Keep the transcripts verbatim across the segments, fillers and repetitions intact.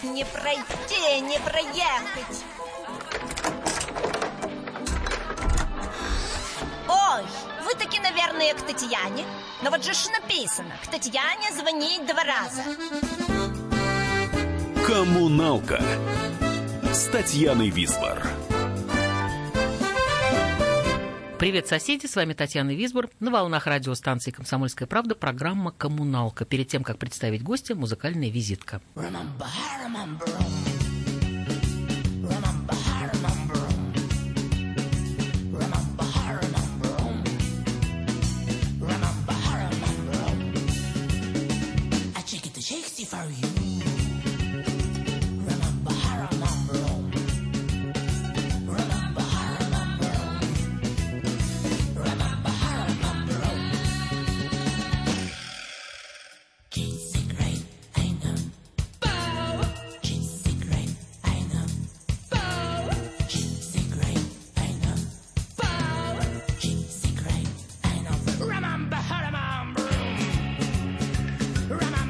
Не пройти, не проехать. Ой, вы таки, наверное, к Татьяне. Но вот же ж написано: к Татьяне звонить два раза. Коммуналка с Татьяной Висбор. Привет, соседи, с вами Татьяна Висбор. На волнах радиостанции «Комсомольская правда» программа «Коммуналка». Перед тем, как представить гостя, музыкальная визитка. Remember, remember. For you. Remember, I remember. Remember, I remember. Remember, I remember. She's secret, I know. She's secret, I know. She's secret, I know. She's secret, I know. Remember, I remember. Remember.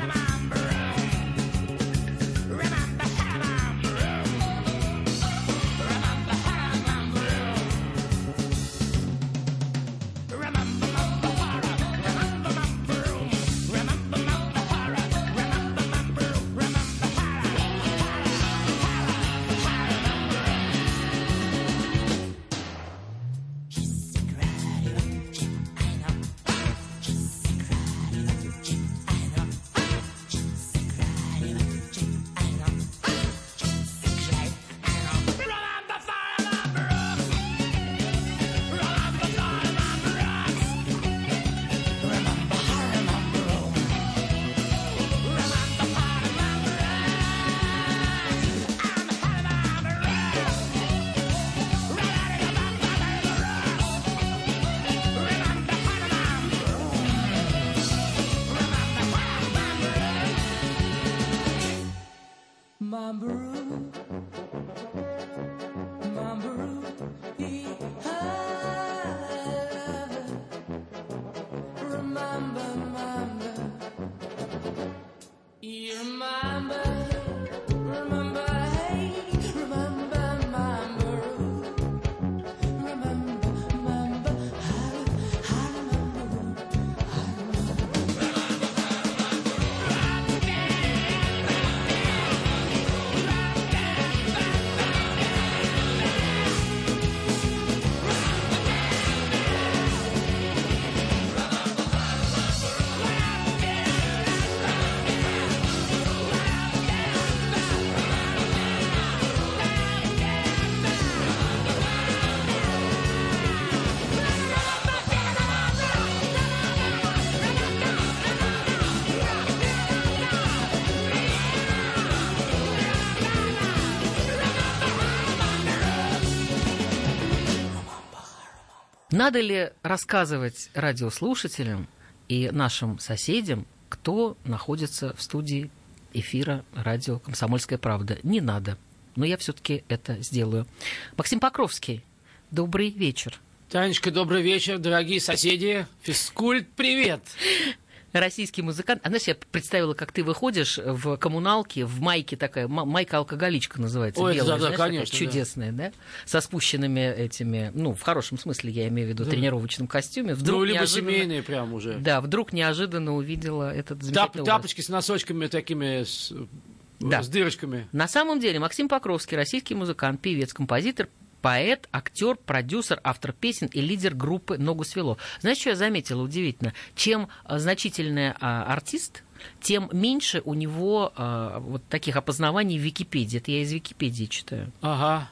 Надо ли рассказывать радиослушателям и нашим соседям, кто находится в студии эфира радио «Комсомольская правда»? Не надо, но я все-таки это сделаю. Максим Покровский, добрый вечер. Танечка, добрый вечер, дорогие соседи. Физкульт, привет! Российский музыкант. А знаешь, я представила, как ты выходишь в коммуналке, в майке такая, майка-алкоголичка называется, Ой, белая, да, да, знаешь, конечно, такая чудесная, да. да, со спущенными этими, ну, в хорошем смысле, я имею в виду, да. тренировочном костюме. Вдруг ну, либо неожиданно... семейные прям уже. Да, вдруг неожиданно увидела этот замечательный Тап, Тапочки с носочками такими, с, да. с дырочками. На самом деле Максим Покровский, российский музыкант, певец, композитор, поэт, актер, продюсер, автор песен и лидер группы «Ногу свело». Знаешь, что я заметила удивительно? Чем значительный а, артист, тем меньше у него а, вот таких опознаваний в Википедии. Это я из Википедии читаю. Ага.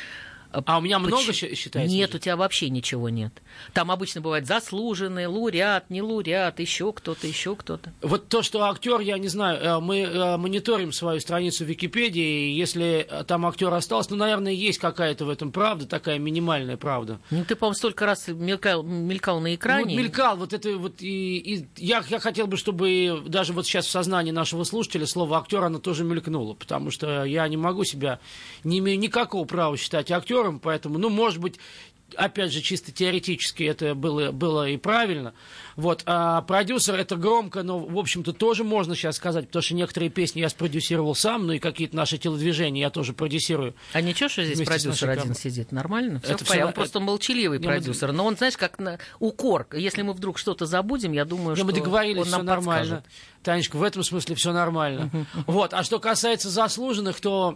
А у меня много Поч... считается? Нет, уже? у тебя вообще ничего нет. Там обычно бывает заслуженный, лауреат, не лауреат, еще кто-то, еще кто-то. Вот то, что актер, я не знаю, мы мониторим свою страницу в Википедии, и если там актер остался, ну, наверное, есть какая-то в этом правда, такая минимальная правда. Ну, ты, по-моему, столько раз мелькал, мелькал на экране. Ну, мелькал, вот это вот, и, и я, я хотел бы, чтобы даже вот сейчас в сознании нашего слушателя слово актер, оно тоже мелькнуло, потому что я не могу себя, не имею никакого права считать актером, поэтому, ну, может быть, опять же, чисто теоретически это было, было и правильно. Вот. А продюсер — это громко, но, в общем-то, тоже можно сейчас сказать, потому что некоторые песни я спродюсировал сам, ну и какие-то наши телодвижения я тоже продюсирую. А ничего, что здесь продюсер один сидит? Нормально? Все Это в порядке. все- Он просто молчаливый Не, продюсер. мы- Но он, знаешь, как на укор. Если мы вдруг что-то забудем, я думаю, Но что мы договорились, он все нам нормально. подскажет. Танечка, в этом смысле все нормально. Вот. А что касается заслуженных, то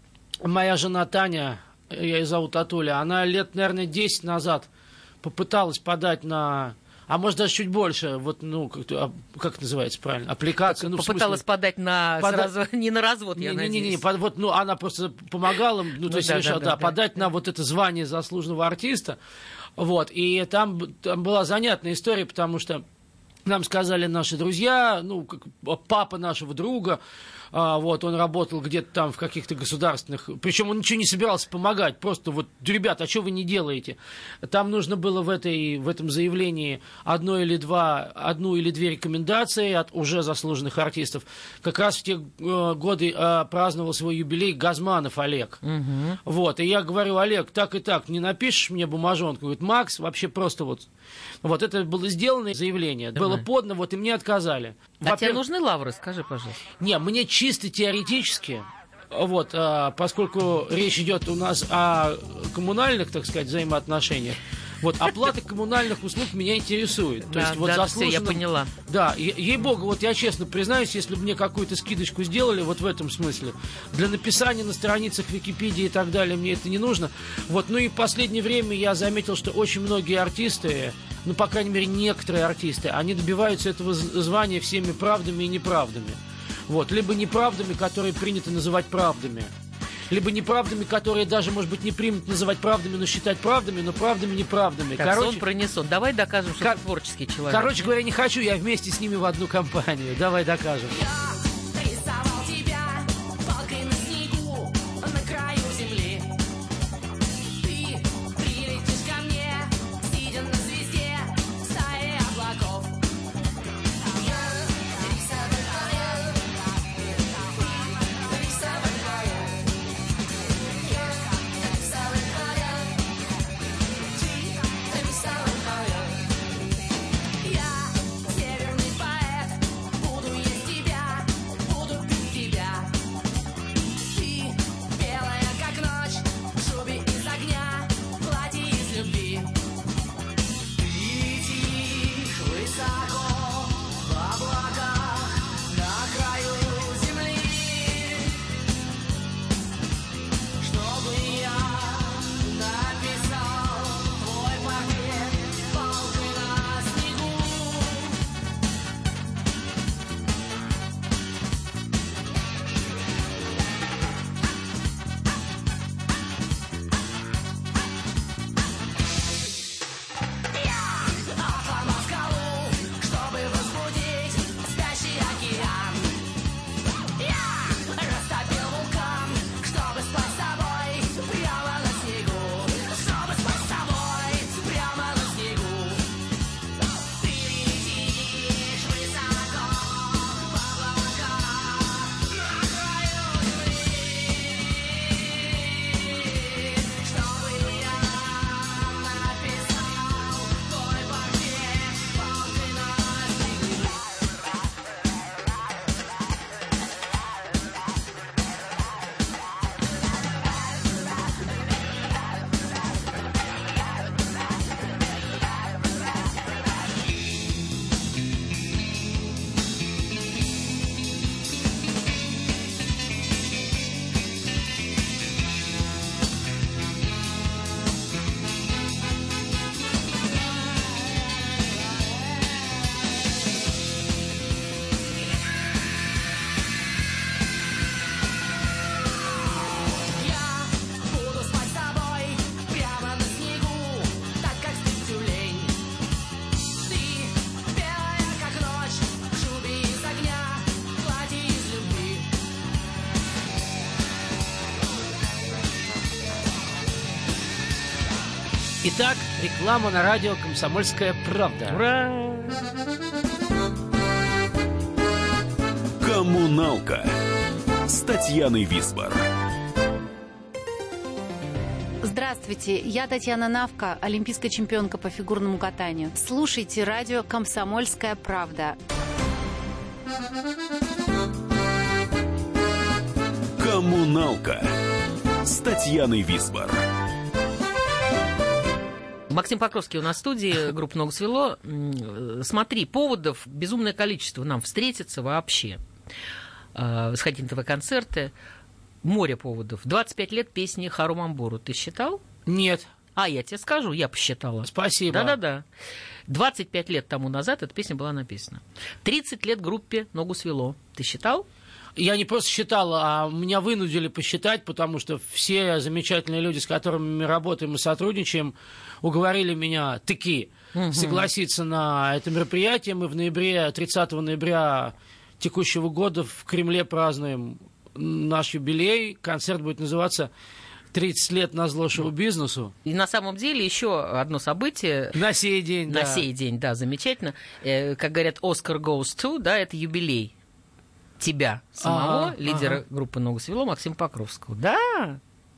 моя жена Таня, я ее зовут Атуля, она лет, наверное, десять назад попыталась подать на... А может, даже чуть больше, вот, ну, как, как это называется правильно? Аппликация. Ну, в Попыталась смысле- подать на Пода- сразу, не на развод, я Не-не-не, надеюсь. под- вот, ну, она просто помогала, ну, то есть да, решила, да, да, да, подать да. на вот это звание заслуженного артиста. Вот, и там, б- там была занятная история, потому что нам сказали наши друзья, ну, как папа нашего друга, а, вот, он работал где-то там в каких-то государственных... Причем он ничего не собирался помогать, просто вот, ребята, а что вы не делаете? Там нужно было в, этой, в этом заявлении одно или два, одну или две рекомендации от уже заслуженных артистов. Как раз в те э, годы э, праздновал свой юбилей Газманов Олег. Мгм. Вот, и я говорю: Олег, так и так, не напишешь мне бумажонку? Говорит: Макс, вообще просто вот... Вот это было сделано заявление, было подано, вот, и мне отказали. А тебе Во-первых, нужны лавры, скажи, пожалуйста. не, мне чисто теоретически, вот, а, поскольку речь идет у нас о коммунальных, так сказать, взаимоотношениях, вот, оплата коммунальных услуг меня интересует. То Да, есть, вот, да, всё, я заслуженным- поняла. Да, е- ей-богу, вот я честно признаюсь, если бы мне какую-то скидочку сделали, вот в этом смысле, для написания на страницах Википедии и так далее, мне это не нужно. Вот, ну и в последнее время я заметил, что очень многие артисты, ну, по крайней мере, некоторые артисты, они добиваются этого з- звания всеми правдами и неправдами. Вот, либо неправдами, которые принято называть правдами, либо неправдами, которые даже, может быть, не примут называть правдами, но считать правдами, но правдами неправдами. Так, сон пронесон. Давай докажем, что Кор- ты творческий человек. Короче говоря, не хочу я вместе с ними в одну компанию. Давай докажем. Рисовал тебя палкой на снегу на краю земли. Ты прилетишь ко мне, сидя на звезде, в стае облаков. Я рисовал, рисовал, я рисовал, ты рисовал. Я северный поэт, буду есть тебя, буду пить тебя. Ты белая, как ночь, в шубе из огня, в платье из любви. Ты летишь высоко в облаках на краю земли, чтобы я написал твой портрет палкой на снегу. Отломал скалу, чтобы возбудить спящий океан. Я растопил вулкан, чтобы спать с тобой прямо на снегу. Чтобы спать с тобой прямо на снегу. Ты летишь высоко в облаках на краю земли, чтобы я написал твой портрет палкой на снегу. Я буду спать с тобой прямо на снегу, так как спит тюлень. Ты белая, как ночь, в шубе из огня, в платье из любви. Итак, реклама на радио «Комсомольская правда». Ура! «Коммуналка» с Татьяной Висбор. Здравствуйте, я Татьяна Навка, олимпийская чемпионка по фигурному катанию. Слушайте радио «Комсомольская правда». «Коммуналка» с Татьяной Висбор. Максим Покровский у нас в студии, группа «Ногу свело». Смотри, поводов безумное количество нам встретиться вообще. Сходить на ТВ-концерты. Море поводов. двадцать пять лет песни Хару Мамбуру. Ты считал? Нет. А, я тебе скажу, я посчитала. Спасибо. Да-да-да. двадцать пять лет тому назад эта песня была написана. тридцать лет группе «Ногу свело». Ты считал? Я не просто считал, а меня вынудили посчитать, потому что все замечательные люди, с которыми мы работаем и сотрудничаем, уговорили меня таки угу. согласиться на это мероприятие. Мы в ноябре, тридцатого ноября текущего года в Кремле празднуем наш юбилей. Концерт будет называться «тридцать лет назло шоу-бизнесу». И на самом деле еще одно событие. На сей день, на да. На сей день, да, замечательно. Э, как говорят, «Oscar goes to», да, это юбилей тебя самого, ага, лидера ага. группы «Ногу свело» Максима Покровского. Да!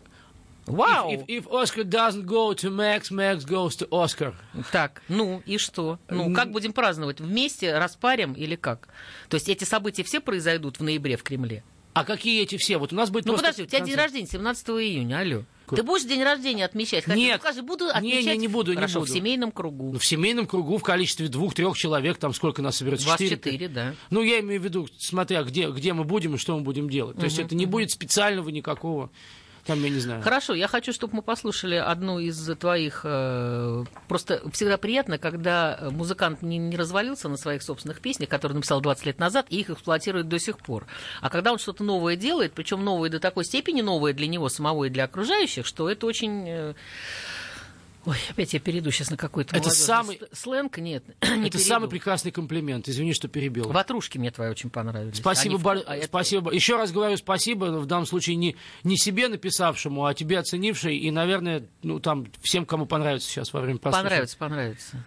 Вау! If, if, if Oscar doesn't go to Max, Max goes to Oscar. Так, ну и что? Ну, как будем праздновать? Вместе распарим или как? То есть эти события все произойдут в ноябре в Кремле? А какие эти все? Вот у нас будет Ну, просто подожди, у тебя концерт. день рождения семнадцатого июня, алло. Ты будешь день рождения отмечать? Хотя, Нет. Ну, скажи, буду отмечать? Не, не, не буду, не Хорошо, буду. в семейном кругу. Ну, в семейном кругу в количестве двух-трех человек, там сколько нас соберется? Вас Четыре? четыре, да. Ну, я имею в виду, смотря где, где мы будем и что мы будем делать. То есть это не будет специального никакого, там, я не знаю. Хорошо, я хочу, чтобы мы послушали одну из твоих... Э, просто всегда приятно, когда музыкант не, не развалился на своих собственных песнях, которые написал двадцать лет назад, и их эксплуатируют до сих пор. А когда он что-то новое делает, причем новое до такой степени, новое для него самого и для окружающих, что это очень... Э, Ой, опять я перейду сейчас на какой-то Это самый... сленг. Нет, это не перейду. самый прекрасный комплимент. Извини, что перебил. Ватрушки мне твои очень понравились. Спасибо, Они... бар... а это... спасибо. Еще раз говорю спасибо, в данном случае не, не себе написавшему, а тебе оценившей, и, наверное, ну, там, всем, кому понравится сейчас во время прослушивания. Понравится, понравится.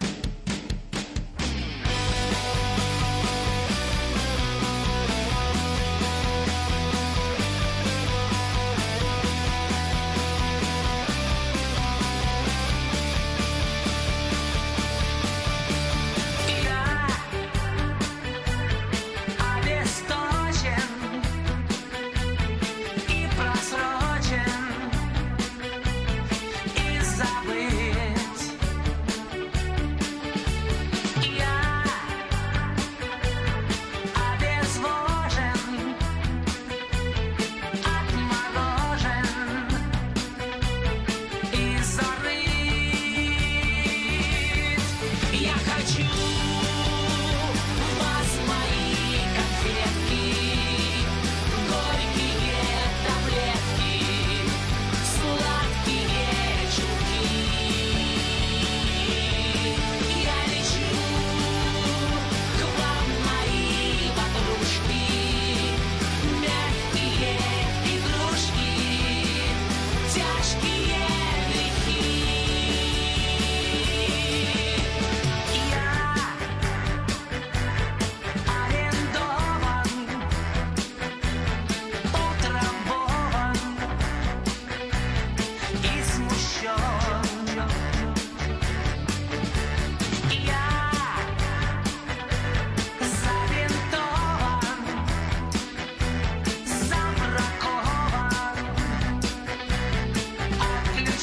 Отключен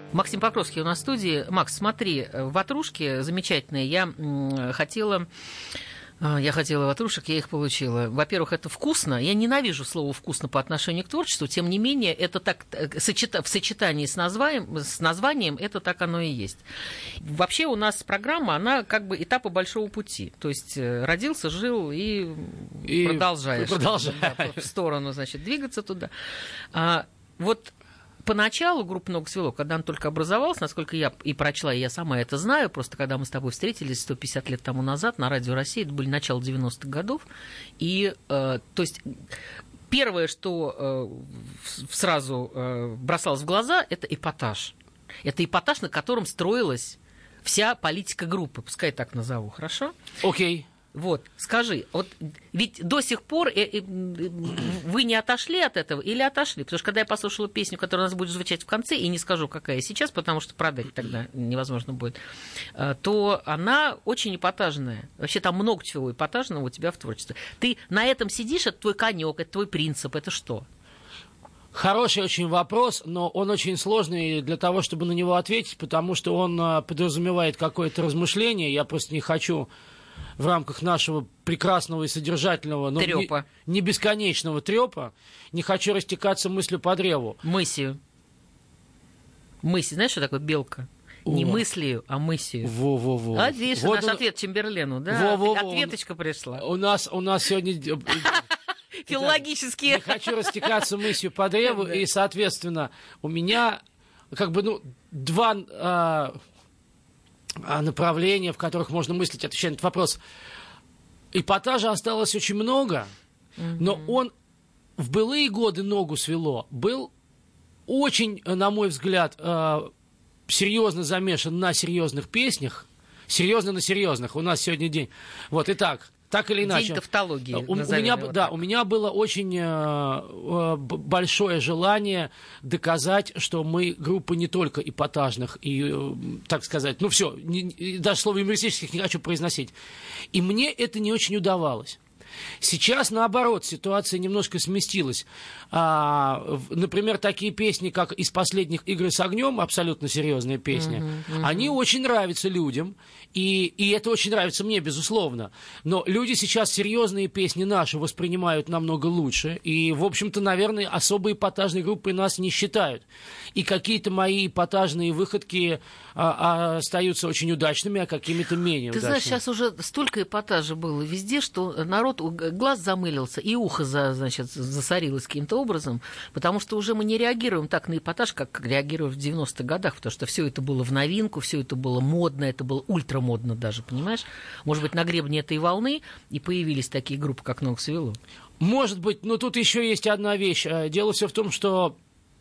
Максим Покровский у нас в студии. Макс, смотри, ватрушки замечательные. Я м, хотела... Я хотела ватрушек, я их получила. Во-первых, это вкусно. Я ненавижу слово «вкусно» по отношению к творчеству. Тем не менее, это так, в сочетании с названием, с названием это так оно и есть. Вообще у нас программа, она как бы этапы большого пути. То есть родился, жил и, и продолжаешь. продолжаешь. Да, в сторону, значит, двигаться туда. А, вот... Поначалу группа «Ногу свело», когда она только образовалась, насколько я и прочла, и я сама это знаю, просто когда мы с тобой встретились сто пятьдесят лет тому назад на Радио России, это были начало девяностых годов, и, э, то есть, первое, что э, сразу э, бросалось в глаза, это эпатаж. Это эпатаж, на котором строилась вся политика группы, пускай так назову, хорошо? Окей. Вот, скажи, вот ведь до сих пор э, э, вы не отошли от этого или отошли? Потому что когда я послушала песню, которая у нас будет звучать в конце, и не скажу, какая сейчас, потому что продать тогда невозможно будет, э, то она очень эпатажная. Вообще там много чего эпатажного у тебя в творчестве. Ты на этом сидишь, это твой конек, это твой принцип, это что? Хороший очень вопрос, но он очень сложный для того, чтобы на него ответить, потому что он э, подразумевает какое-то размышление. Я просто не хочу... в рамках нашего прекрасного и содержательного, но не, не бесконечного трёпа, не хочу растекаться мыслью по древу. Мыслью. Мысль. Знаешь, что такое белка? О. Не мыслью, а мыслью. Во-во-во. А, видишь, вот наш он... ответ Чемберлену, да? Во-во-во. Ответочка пришла. У нас, у нас сегодня... Филологически. Не хочу растекаться мыслью по древу, и, соответственно, у меня как бы, ну, два... направления, в которых можно мыслить, отвечая на этот вопрос. Эпатажа осталось очень много, mm-hmm. но он в былые годы «Ногу свело» был очень, на мой взгляд, серьезно замешан на серьезных песнях. Серьезно на серьезных. У нас сегодня день. Вот, итак, так или иначе. День тавтологии. У, у меня, да, так. у меня было очень э, большое желание доказать, что мы группа не только эпатажных и, э, так сказать, ну все, не, даже слово юмористических не хочу произносить. И мне это не очень удавалось. Сейчас, наоборот, ситуация немножко сместилась. А, например, такие песни, как «Из последних игр с огнем», абсолютно серьезные песни, uh-huh, uh-huh. они очень нравятся людям, и, и это очень нравится мне, безусловно. Но люди сейчас серьезные песни наши воспринимают намного лучше, и, в общем-то, наверное, особо эпатажной группой нас не считают. И какие-то мои эпатажные выходки а, а, остаются очень удачными, а какими-то менее Ты удачными. знаешь, сейчас уже столько эпатажа было везде, что народ, глаз замылился, и ухо, за, значит, засорилось каким-то образом, потому что уже мы не реагируем так на эпатаж, как реагировали в девяностых годах, потому что все это было в новинку, все это было модно, это было ультрамодно даже, понимаешь? Может быть, на гребне этой волны и появились такие группы, как «Ногу свело». Может быть, но тут еще есть одна вещь. Дело все в том, что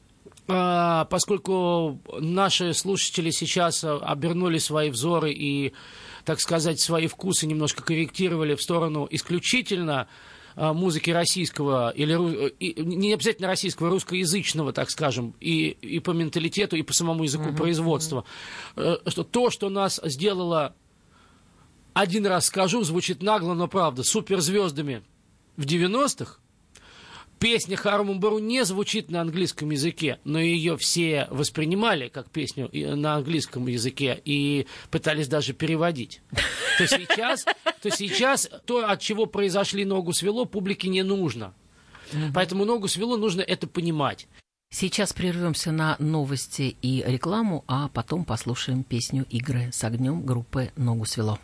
поскольку наши слушатели сейчас обернули свои взоры и, так сказать, свои вкусы немножко корректировали в сторону исключительно музыки российского, или не обязательно российского, русскоязычного, так скажем, и, и по менталитету, и по самому языку mm-hmm. производства, что то, что нас сделало, один раз скажу, звучит нагло, но правда, суперзвездами в девяностых, песня Хару Мумбару не звучит на английском языке, но ее все воспринимали как песню на английском языке и пытались даже переводить. То сейчас, то сейчас то, от чего произошли «Ногу свело», публике не нужно. Mm-hmm. Поэтому «Ногу свело» нужно это понимать. Сейчас прервемся на новости и рекламу, а потом послушаем песню «Игры с огнем» группы «Ногу свело».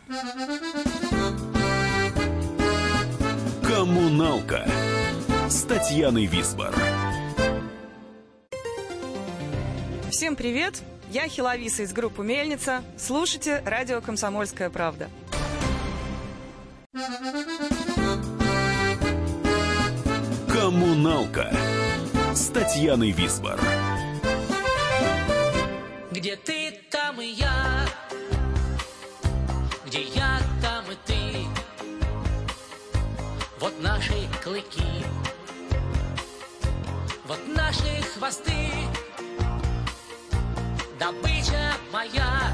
Коммуналка с Татьяной Висбор. Всем привет! Я Хиловиса из группы «Мельница». Слушайте радио «Комсомольская правда». Коммуналка с Татьяной Висбор. Где ты, там и я. Где я, там и ты. Вот наши клыки. Вот наши хвосты. Добыча моя,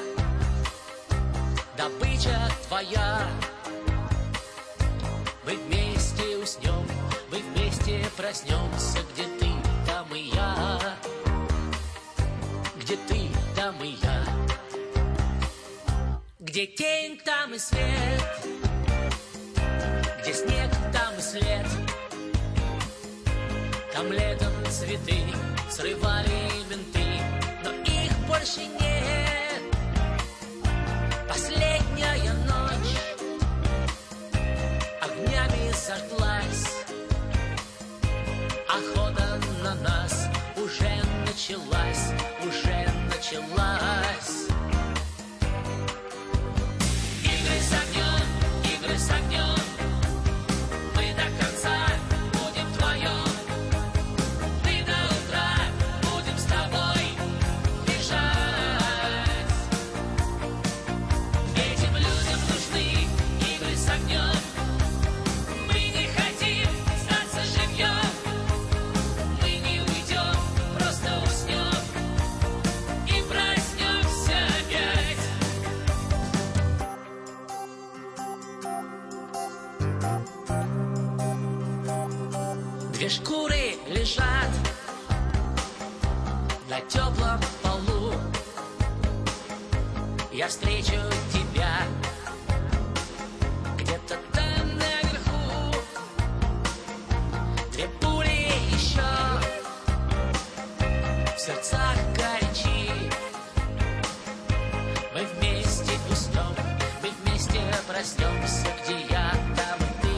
добыча твоя. Мы вместе уснем, мы вместе проснемся. Где ты, там и я. где ты, там и я. Где тень, там и свет, где снег, там и след. Там летом цветы срывали менты, но их больше нет. Последняя ночь огнями зажглась. Охота на нас уже началась, уже началась. Игры с огнем, игры с огнем, мы до конца будем вдвоем. Мы до утра будем с тобой бежать. Этим людям нужны игры с огнем. Мы не хотим остаться живьем. Мы не уйдем, просто уснем и проснемся опять. Две шкуры лежат на теплом полу. Я встречу тебя где-то там наверху. Две пули еще в сердцах горячи. Мы вместе уснем, мы вместе проснемся, где я, там и ты.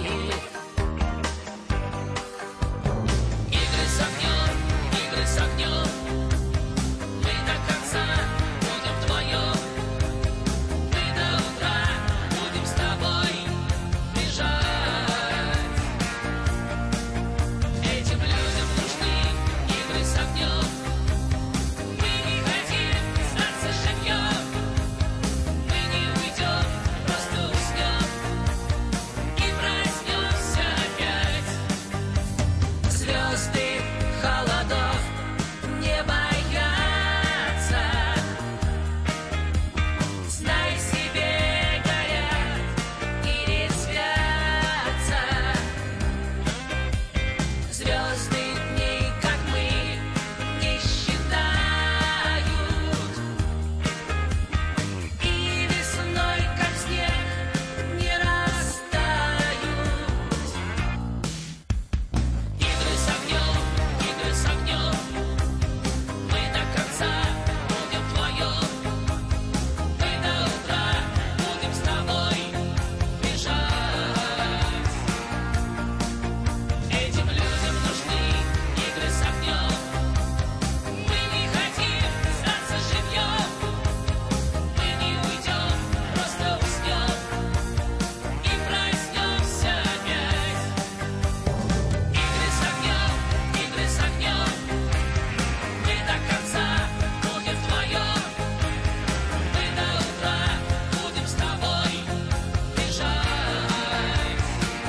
Игры с огнем, игры с огнем, мы до конца будем вдвоем. Мы до утра будем с тобой бежать. Этим людям нужны игры с огнем. Мы не хотим остаться живьем. Мы не уйдем, просто уснем и проснемся опять. Звезды холодов не боятся. Знай себе, горят и резвятся. Звезды дней, как мы, не считают. И весной, как снег, не растают. Игры с огнем, игры с огнем, мы до конца будем вдвоем. Мы до утра будем с тобой бежать. Этим людям нужны игры с огнем. Мы не хотим остаться живьем. Мы не уйдем, просто уснем и проснемся опять. Игры с огнем, игры с огнем, мы до конца будем вдвоем. Мы до утра будем с тобой бежать.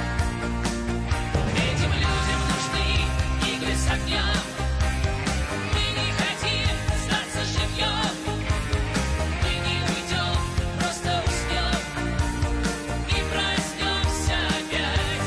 Этим людям нужны игры с огнем. Мы не хотим остаться живьем. Мы не уйдем, просто уснем и проснемся опять.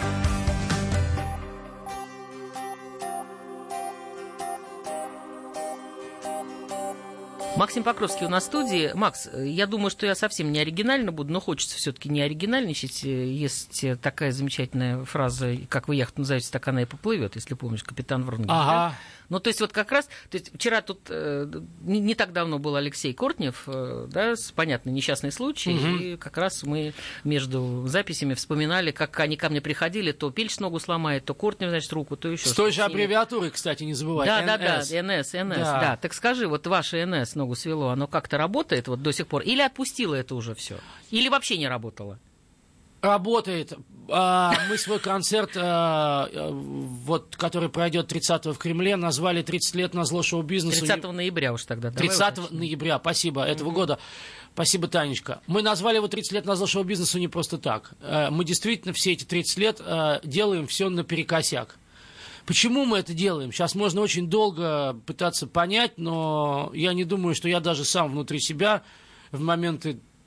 Максим Покровский у нас в студии. Макс, я думаю, что я совсем не оригинально буду, но хочется все-таки не оригинальничать. Есть такая замечательная фраза, как вы яхту назовете, так она и поплывет, если помнишь, капитан Врунгель. Ага. Ну, то есть вот как раз, то есть вчера тут э, не, не так давно был Алексей Кортнев, э, да, с, понятно, несчастный случай, Мгм. и как раз мы между записями вспоминали, как они ко мне приходили, то Пельч ногу сломает, то Кортнев, значит, руку, то еще С той же что-то. аббревиатурой, кстати, не забывай. Да, да, эн да, эс. эн эс, эн эс, Да. да. Так скажи, вот ваше эн эс ногу свело, оно как-то работает вот до сих пор? Или отпустило это уже все? Или вообще не работало? Работает. А, Мы свой концерт, а, а, вот, который пройдет тридцатого в Кремле, назвали «тридцать лет на зло шоу-бизнесу». тридцатого ноября уж тогда. давай тридцатого уточним. ноября, спасибо, этого года. Спасибо, Танечка. Мы назвали его «тридцать лет на зло шоу-бизнесу» не просто так. Э, Мы действительно все эти тридцать лет э, делаем все наперекосяк. Почему мы это делаем? Сейчас можно очень долго пытаться понять, но я не думаю, что я даже сам внутри себя в моменты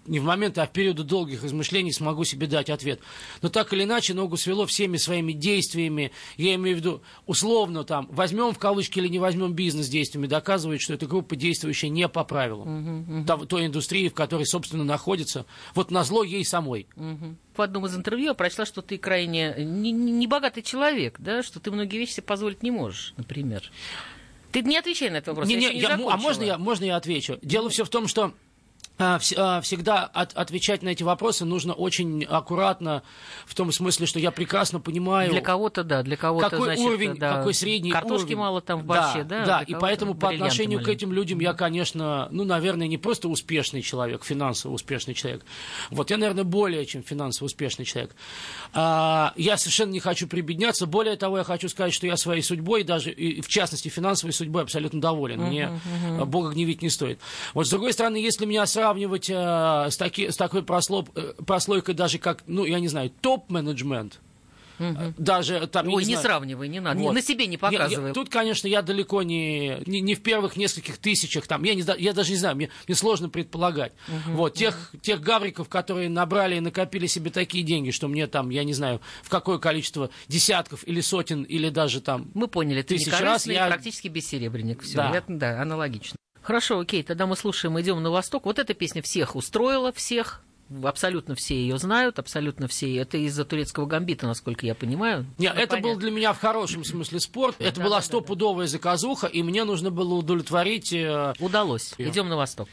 не в момент, а в периоды долгих размышлений смогу себе дать ответ. Но так или иначе, ногу свело всеми своими действиями, я имею в виду, условно, там, возьмем в кавычки или не возьмем бизнес-действиями, доказывает, что эта группа, действующая не по правилам uh-huh, uh-huh. Той, той индустрии, в которой, собственно, находится, вот назло ей самой. Uh-huh. В одном из интервью я прочла, что ты крайне небогатый не человек, да, что ты многие вещи себе позволить не можешь, например. Ты не отвечай на этот вопрос, не, я не, еще не я, закончила. А можно я, можно я отвечу? Дело все в том, что а, в, а, всегда от, отвечать на эти вопросы нужно очень аккуратно, в том смысле, что я прекрасно понимаю... Для кого-то, да, для кого-то, какой значит, уровень, да, какой средний картошки уровень. мало там в борще, да? Да, да, и поэтому по отношению маленькие. к этим людям я, конечно, ну, наверное, не просто успешный человек, финансово успешный человек. Вот, я, наверное, более чем финансово успешный человек. А, я совершенно не хочу прибедняться. Более того, я хочу сказать, что я своей судьбой, даже, и, в частности, финансовой судьбой абсолютно доволен. Uh-huh, Мне uh-huh. Бога гневить не стоит. Вот, с другой стороны, если меня сравнивать с, таки, с такой прослоп, прослойкой даже как, ну, я не знаю, топ-менеджмент, угу. даже там... Ой, не, не знаю, сравнивай, не надо, вот. На себе не показывай. Я, я, тут, конечно, я далеко не, не, не в первых нескольких тысячах, там, я, не, я даже не знаю, мне, мне сложно предполагать. Угу, вот, угу. Тех, тех гавриков, которые набрали и накопили себе такие деньги, что мне там, я не знаю, в какое количество десятков или сотен, или даже там... Мы поняли, ты тысяч раз я... практически бессеребренник. Все, да. Я, да, аналогично. Хорошо, окей, тогда мы слушаем «Идем на восток». Вот эта песня всех устроила, всех, абсолютно все ее знают, абсолютно все. Это из-за турецкого гамбита, насколько я понимаю. Нет, ну, это понятно. был для меня в хорошем смысле спорт. Это да, была да, стопудовая да. заказуха, и мне нужно было удовлетворить... Удалось. «Идем на восток».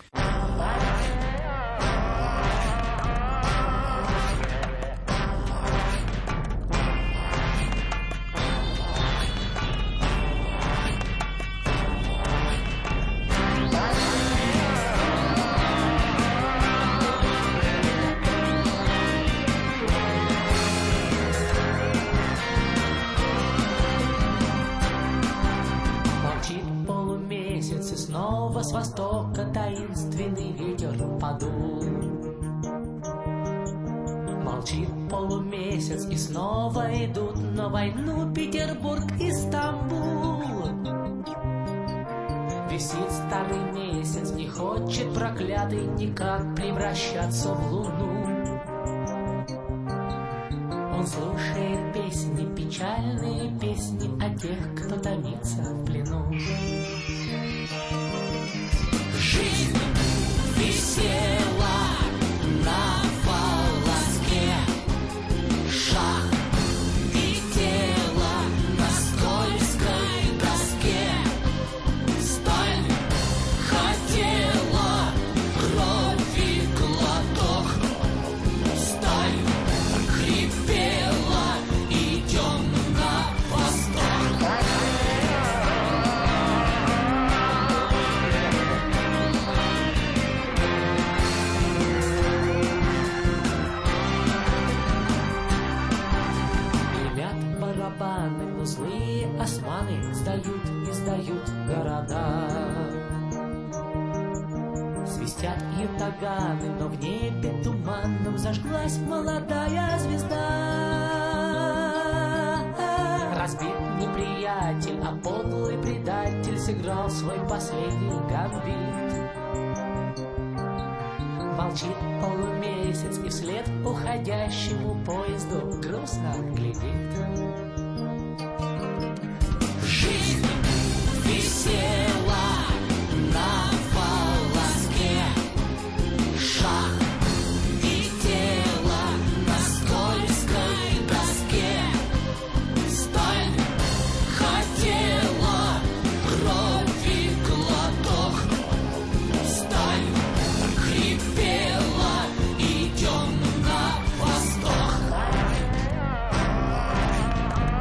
С востока таинственный ветер подул. Молчит полумесяц, и снова идут на войну Петербург и Стамбул. Висит старый месяц, не хочет проклятый никак превращаться в луну. Он слушает песни, печальные песни о тех, кто томится в плену. Жизнь висела на волоске, шаг летела на скользкой доске. Сталь хотела крови глоток, сталь хрипела, идем на восток. Но злые османы сдают и сдают города. Свистят ятаганы, но в небе туманном зажглась молодая звезда. Разбит неприятель, а подлый предатель сыграл свой последний гамбит. Молчит полумесяц и вслед уходящему поезду грустно глядит. Жизнь висела на волоске, шаг летела на скользкой доске. Сталь хотела крови глоток, сталь хрипела, идем на восток.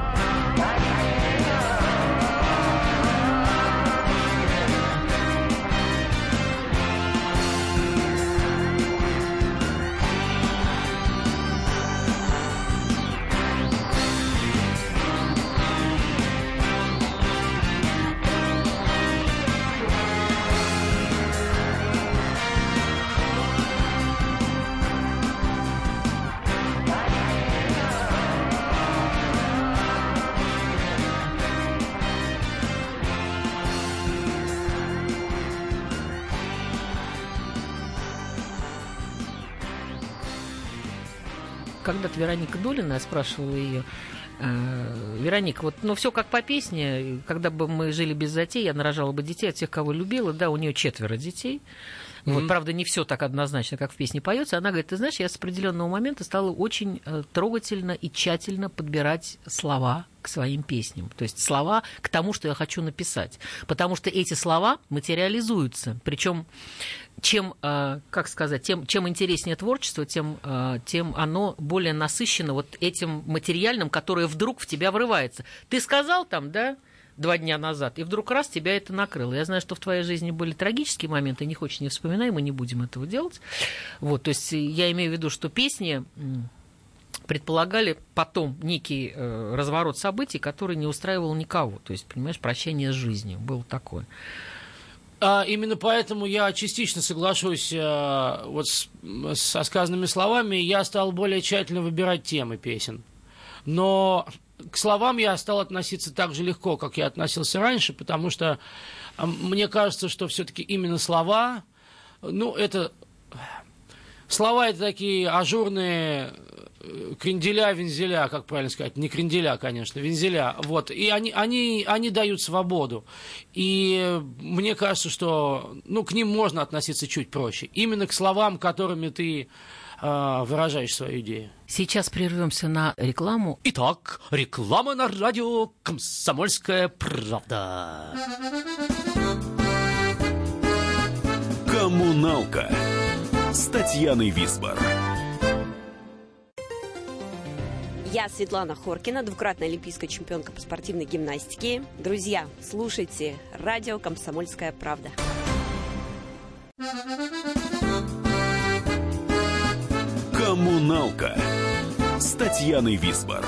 когда-то Вероника Долина, я спрашивала ее, Вероника, вот, ну, все как по песне, когда бы мы жили без затей, я нарожала бы детей от тех, кого любила, да, у нее четверо детей. Mm-hmm. Вот, правда, не все так однозначно, как в песне поется. Она говорит, ты знаешь, я с определенного момента стала очень э, трогательно и тщательно подбирать слова к своим песням. То есть слова к тому, что я хочу написать. Потому что эти слова материализуются. Причем чем, э, как сказать, тем, чем интереснее творчество, тем, э, тем оно более насыщено вот этим материальным, которое вдруг в тебя врывается. Ты сказал там, да, два дня назад, и вдруг раз тебя это накрыло. Я знаю, что в твоей жизни были трагические моменты, не хочешь, не вспоминай, мы не будем этого делать. Вот, то есть я имею в виду, что песни предполагали потом некий э, разворот событий, который не устраивал никого. То есть, понимаешь, прощание с жизнью было такое. А именно поэтому я частично соглашусь э, вот с, со сказанными словами. Я стал более тщательно выбирать темы песен. Но к словам я стал относиться так же легко, как я относился раньше, потому что э, мне кажется, что все-таки именно слова, ну, это... Слова это такие ажурные кренделя, вензеля, как правильно сказать, не кренделя, конечно, вензеля, вот, и они, они, они дают свободу, и мне кажется, что, ну, к ним можно относиться чуть проще, именно к словам, которыми ты э, выражаешь свою идею. Сейчас прервемся на рекламу. Итак, реклама на радио «Комсомольская правда». Коммуналка с Татьяной Висбор. Я Светлана Хоркина, двукратная олимпийская чемпионка по спортивной гимнастике. Друзья, слушайте радио «Комсомольская правда». Коммуналка с Татьяной Висбор.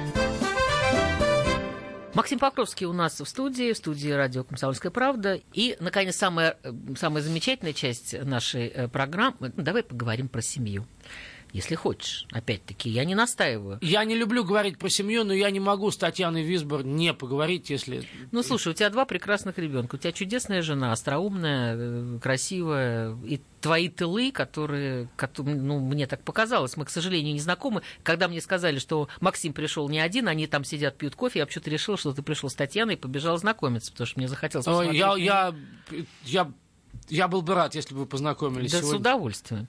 Максим Покровский у нас в студии, в студии радио «Комсомольская правда». И, наконец, самая, самая замечательная часть нашей программы. Ну, давай поговорим про семью. Если хочешь, опять-таки, я не настаиваю. Я не люблю говорить про семью, но я не могу с Татьяной Висбор не поговорить, если... Ну, слушай, у тебя два прекрасных ребенка. У тебя чудесная жена, остроумная, красивая. И твои тылы, которые, ну, мне так показалось, мы, к сожалению, не знакомы. Когда мне сказали, что Максим пришел не один, они там сидят, пьют кофе, я почему-то решила, что ты пришел с Татьяной и побежал знакомиться, потому что мне захотелось посмотреть. Я, я, я... Я был бы рад, если бы вы познакомились да, сегодня. С удовольствием.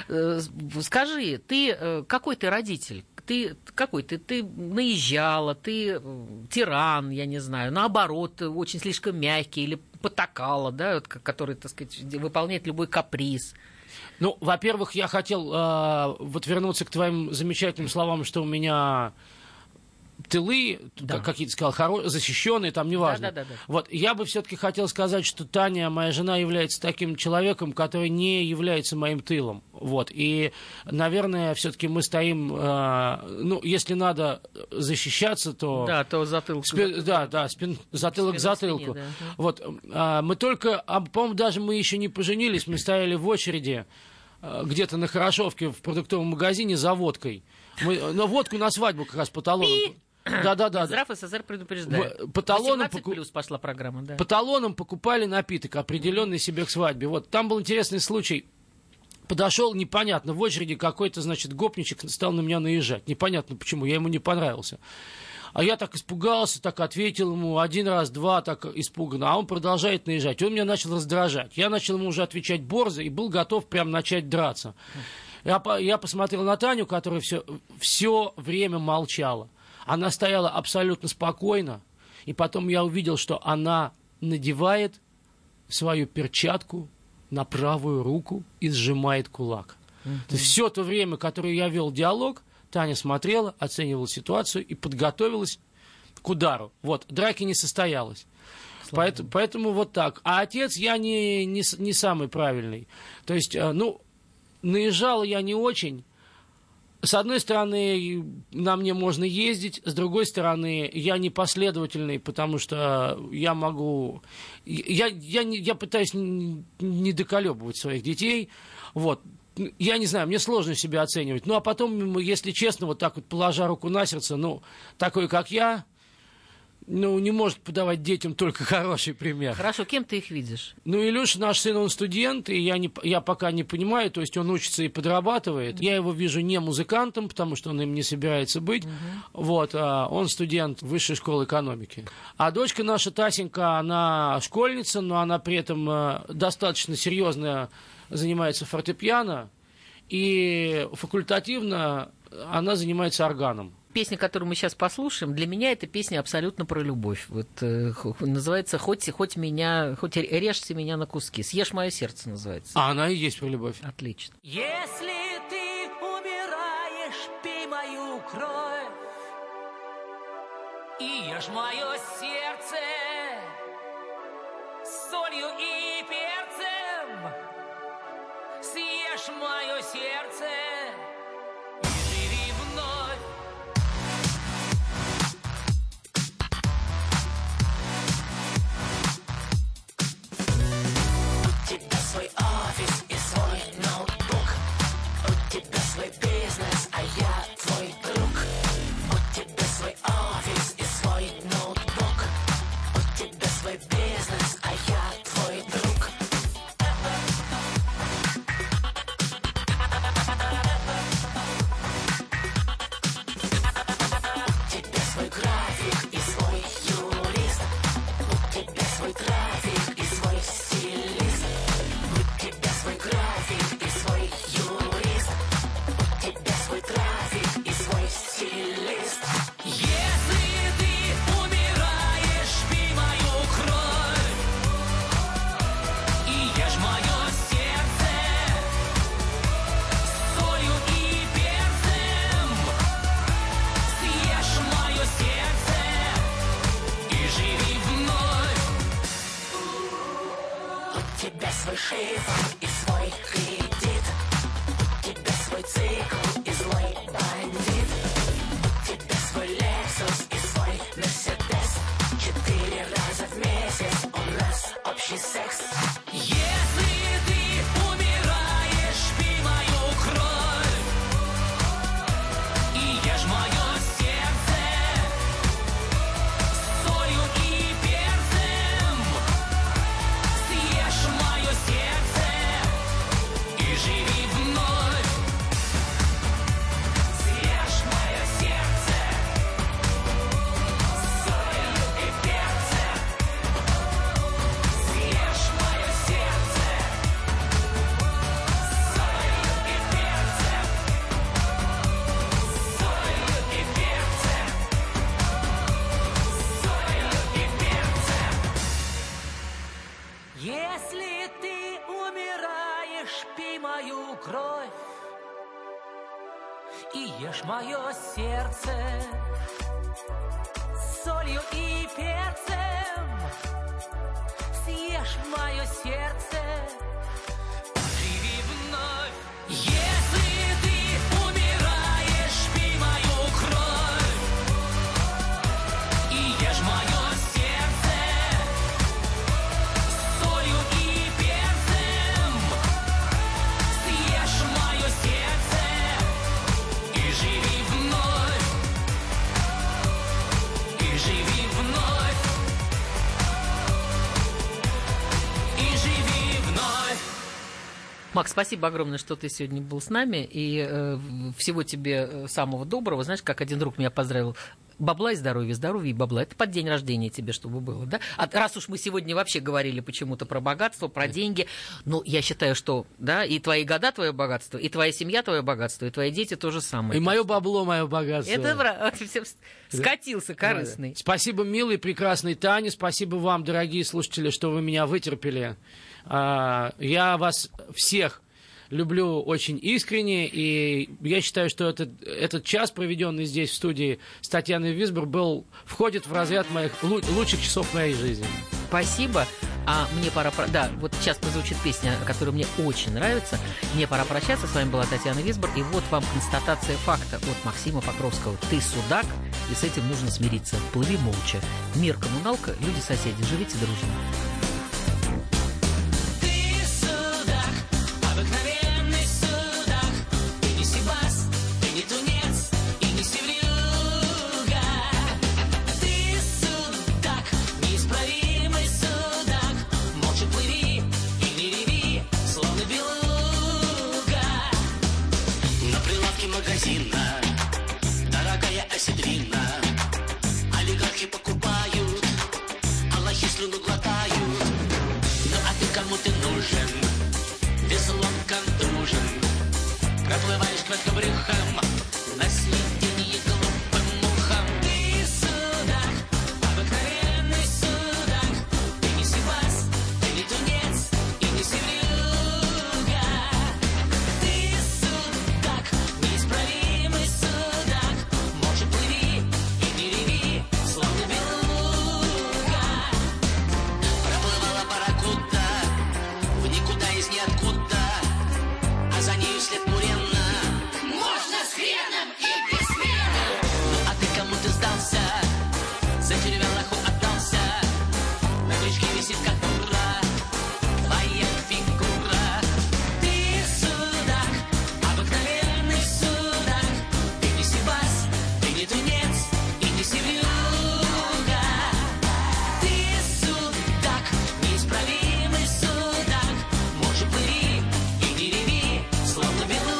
Скажи, ты какой ты родитель? Ты какой ты? Ты наезжала, ты тиран, я не знаю, наоборот, очень слишком мягкий или потакала, да, который, так сказать, выполняет любой каприз. Ну, во-первых, я хотел э, вот вернуться к твоим замечательным словам, что у меня тылы, да. как я сказал, хоро... защищенные, там неважно. Да, да, да, да. Вот, я бы все-таки хотел сказать, что Таня, моя жена, является таким человеком, который не является моим тылом. Вот, и, наверное, все-таки мы стоим, э, ну, если надо защищаться, то... Да, то затылок. Спи... Да, да, спин... затылок к затылку. Спине, да. Вот, э, мы только, а, по-моему, даже мы еще не поженились, мы стояли в очереди э, где-то на Хорошовке в продуктовом магазине за водкой. Мы, ну, водку на свадьбу как раз по талону. Да, да, да. Здрав СССР предупреждает. По талонам, восемнадцать плюс пошла программа, да. По талонам покупали напиток, определенный себе к свадьбе. Вот там был интересный случай. Подошел, непонятно, в очереди какой-то, значит, гопничек стал на меня наезжать. Непонятно почему, я ему не понравился. А я так испугался, так ответил ему один раз, два, так испуганно. А он продолжает наезжать. Он меня начал раздражать. Я начал ему уже отвечать борзо и был готов прям начать драться. Я, я посмотрел на Таню, которая все, все время молчала. Она стояла абсолютно спокойно, и потом я увидел, что она надевает свою перчатку на правую руку и сжимает кулак. Mm-hmm. То есть все то время, которое я вел диалог, Таня смотрела, оценивала ситуацию и подготовилась к удару. Вот, драки не состоялось. Поэтому, поэтому вот так. А отец я не, не, не самый правильный. То есть, ну, наезжал я не очень. С одной стороны, на мне можно ездить, с другой стороны, я непоследовательный, потому что я могу... Я, я, не, я пытаюсь не доколебывать своих детей, вот. Я не знаю, мне сложно себя оценивать. Ну, а потом, если честно, вот так вот, положа руку на сердце, ну, такой, как я, ну, не может подавать детям только хороший пример. Хорошо, кем ты их видишь? Ну, Илюша, наш сын, он студент, и я, не, я пока не понимаю, то есть он учится и подрабатывает. Я его вижу не музыкантом, потому что он им не собирается быть. Угу. Вот, а он студент высшей школы экономики. А дочка наша, Тасенька, она школьница, но она при этом достаточно серьезно занимается фортепиано, и факультативно она занимается органом. Песня, которую мы сейчас послушаем, для меня эта песня абсолютно про любовь. Вот, э, называется «Хоть, хоть меня, хоть режьте меня на куски». «Съешь мое сердце» называется. А она и есть про любовь. Отлично. Если ты умираешь, пей мою кровь и ешь мое сердце с солью и перцем. Съешь мое сердце и живи вновь. У тебя свой офис и свой ноутбук. У тебя свой бизнес, а я твой друг. У тебя свой офис и свой ноутбук. У тебя свой бизнес, а я твой друг. У тебя свой график и свой юрист. У тебя свой график и свой стилист. У тебя свой график и свой юрист. У тебя свой график и свой стилист. Если ты умираешь, пей мою кровь и ешь мое сердце с солью и перцем. Съешь мое сердце и живи вновь. У тебя свой шифр и свой кредит. У тебя свой цикл и злой бандит. У тебя свой Lexus и свой Mercedes. Четыре раза в месяц у нас общий секс. Если ты умираешь, пей мою кровь и ешь мое сердце с солью и перцем. Съешь мое сердце и живи вновь. Съешь мое сердце с солью и перцем. Съешь мое сердце с солью и перцем. Солью и перцем. Солью и перцем. Если ты умираешь, пей мою кровь и ешь мое сердце с солью и перцем. Съешь мое сердце, живи вновь. Если ты умираешь, пей мою кровь и ешь мое сердце с солью и перцем. Съешь мое сердце и живи вновь. И живи вновь. И живи вновь. Макс, спасибо огромное, что ты сегодня был с нами. И э, всего тебе э, самого доброго. Знаешь, как один друг меня поздравил. Бабла и здоровья, здоровья и бабла. Это под день рождения тебе, чтобы было, да? А раз уж мы сегодня вообще говорили почему-то про богатство, про деньги, ну, я считаю, что, да, и твои года твое богатство, и твоя семья твое богатство, и твои дети то же самое. И мое бабло, мое богатство. Это правда. Скатился корыстный. Да. Спасибо, милый, прекрасный Тане. Спасибо вам, дорогие слушатели, что вы меня вытерпели. Я вас всех люблю очень искренне, и я считаю, что этот, этот час, проведенный здесь, в студии с Татьяной Висбор, был, входит в разряд моих лучших часов моей жизни. Спасибо. А мне пора... Да, вот сейчас прозвучит песня, которая мне очень нравится. Мне пора прощаться. С вами была Татьяна Висбор. И вот вам констатация факта от Максима Покровского. Ты судак, и с этим нужно смириться. Плыви молча. Мир, коммуналка, люди-соседи. Живите дружно. Ты судак, обыкновенный судак. Ты не сибас, ты не тунец и не севрюга. Ты судак. слюну глотают. Ну а ты кому ты нужен? Веслом контужен. Проплываешь кверху брюхом на съедение глупым мухам. Ты судак, обыкновенный судак. Ты не сибас, ты не тунец и не севрюга. Ты судак, неисправимый судак. Может, плыви и не реви, словно белуга. Проплывала паракута в никуда из ниоткуда, а за нею след мурена. Можно с хреном и без хрена. Ну а ты кому ты сдался? За червялаху отдался. На крючке висит как дура твоя фигура. Ты судак, обыкновенный судак. Ты не сибас, ты не тунец и не севрюга. Ты судак, неисправимый судак. Может, плыви и не реви, словно белуга.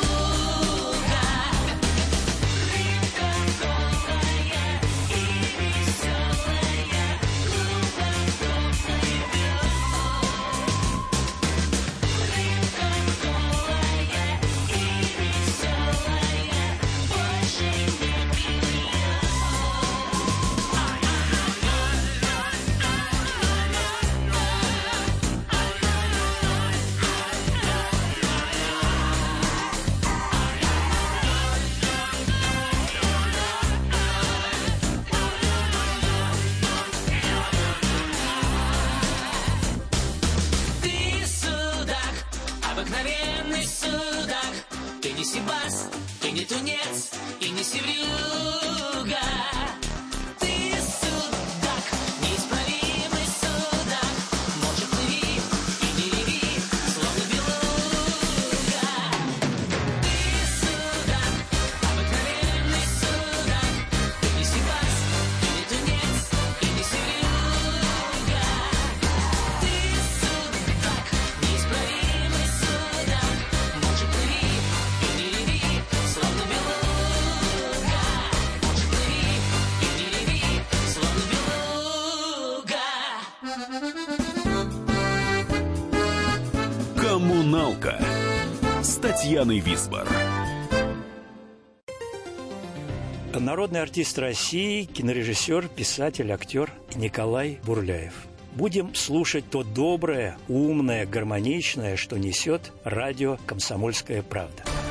Рыбка голая и веселая, глубокопный белок. Рыбка голая и веселая, больше не пила. Ты судак, обыкновенный судак. Ты не сибас, ты не тунец и не севрюга. Ты судак, неисправимый судак. Может, плыви и не реви, словно белуга. Ты судак, обыкновенный судак. Ты не сибас, ты не тунец и не севрюга. Ты судак, неисправимый судак. Может, плыви и не реви, словно белуга. Может, плыви и не реви, словно белуга. Коммуналка с Татьяной Висбор. Народный артист России, кинорежиссер, писатель, актер Николай Бурляев. Будем слушать то доброе, умное, гармоничное, что несет радио «Комсомольская правда».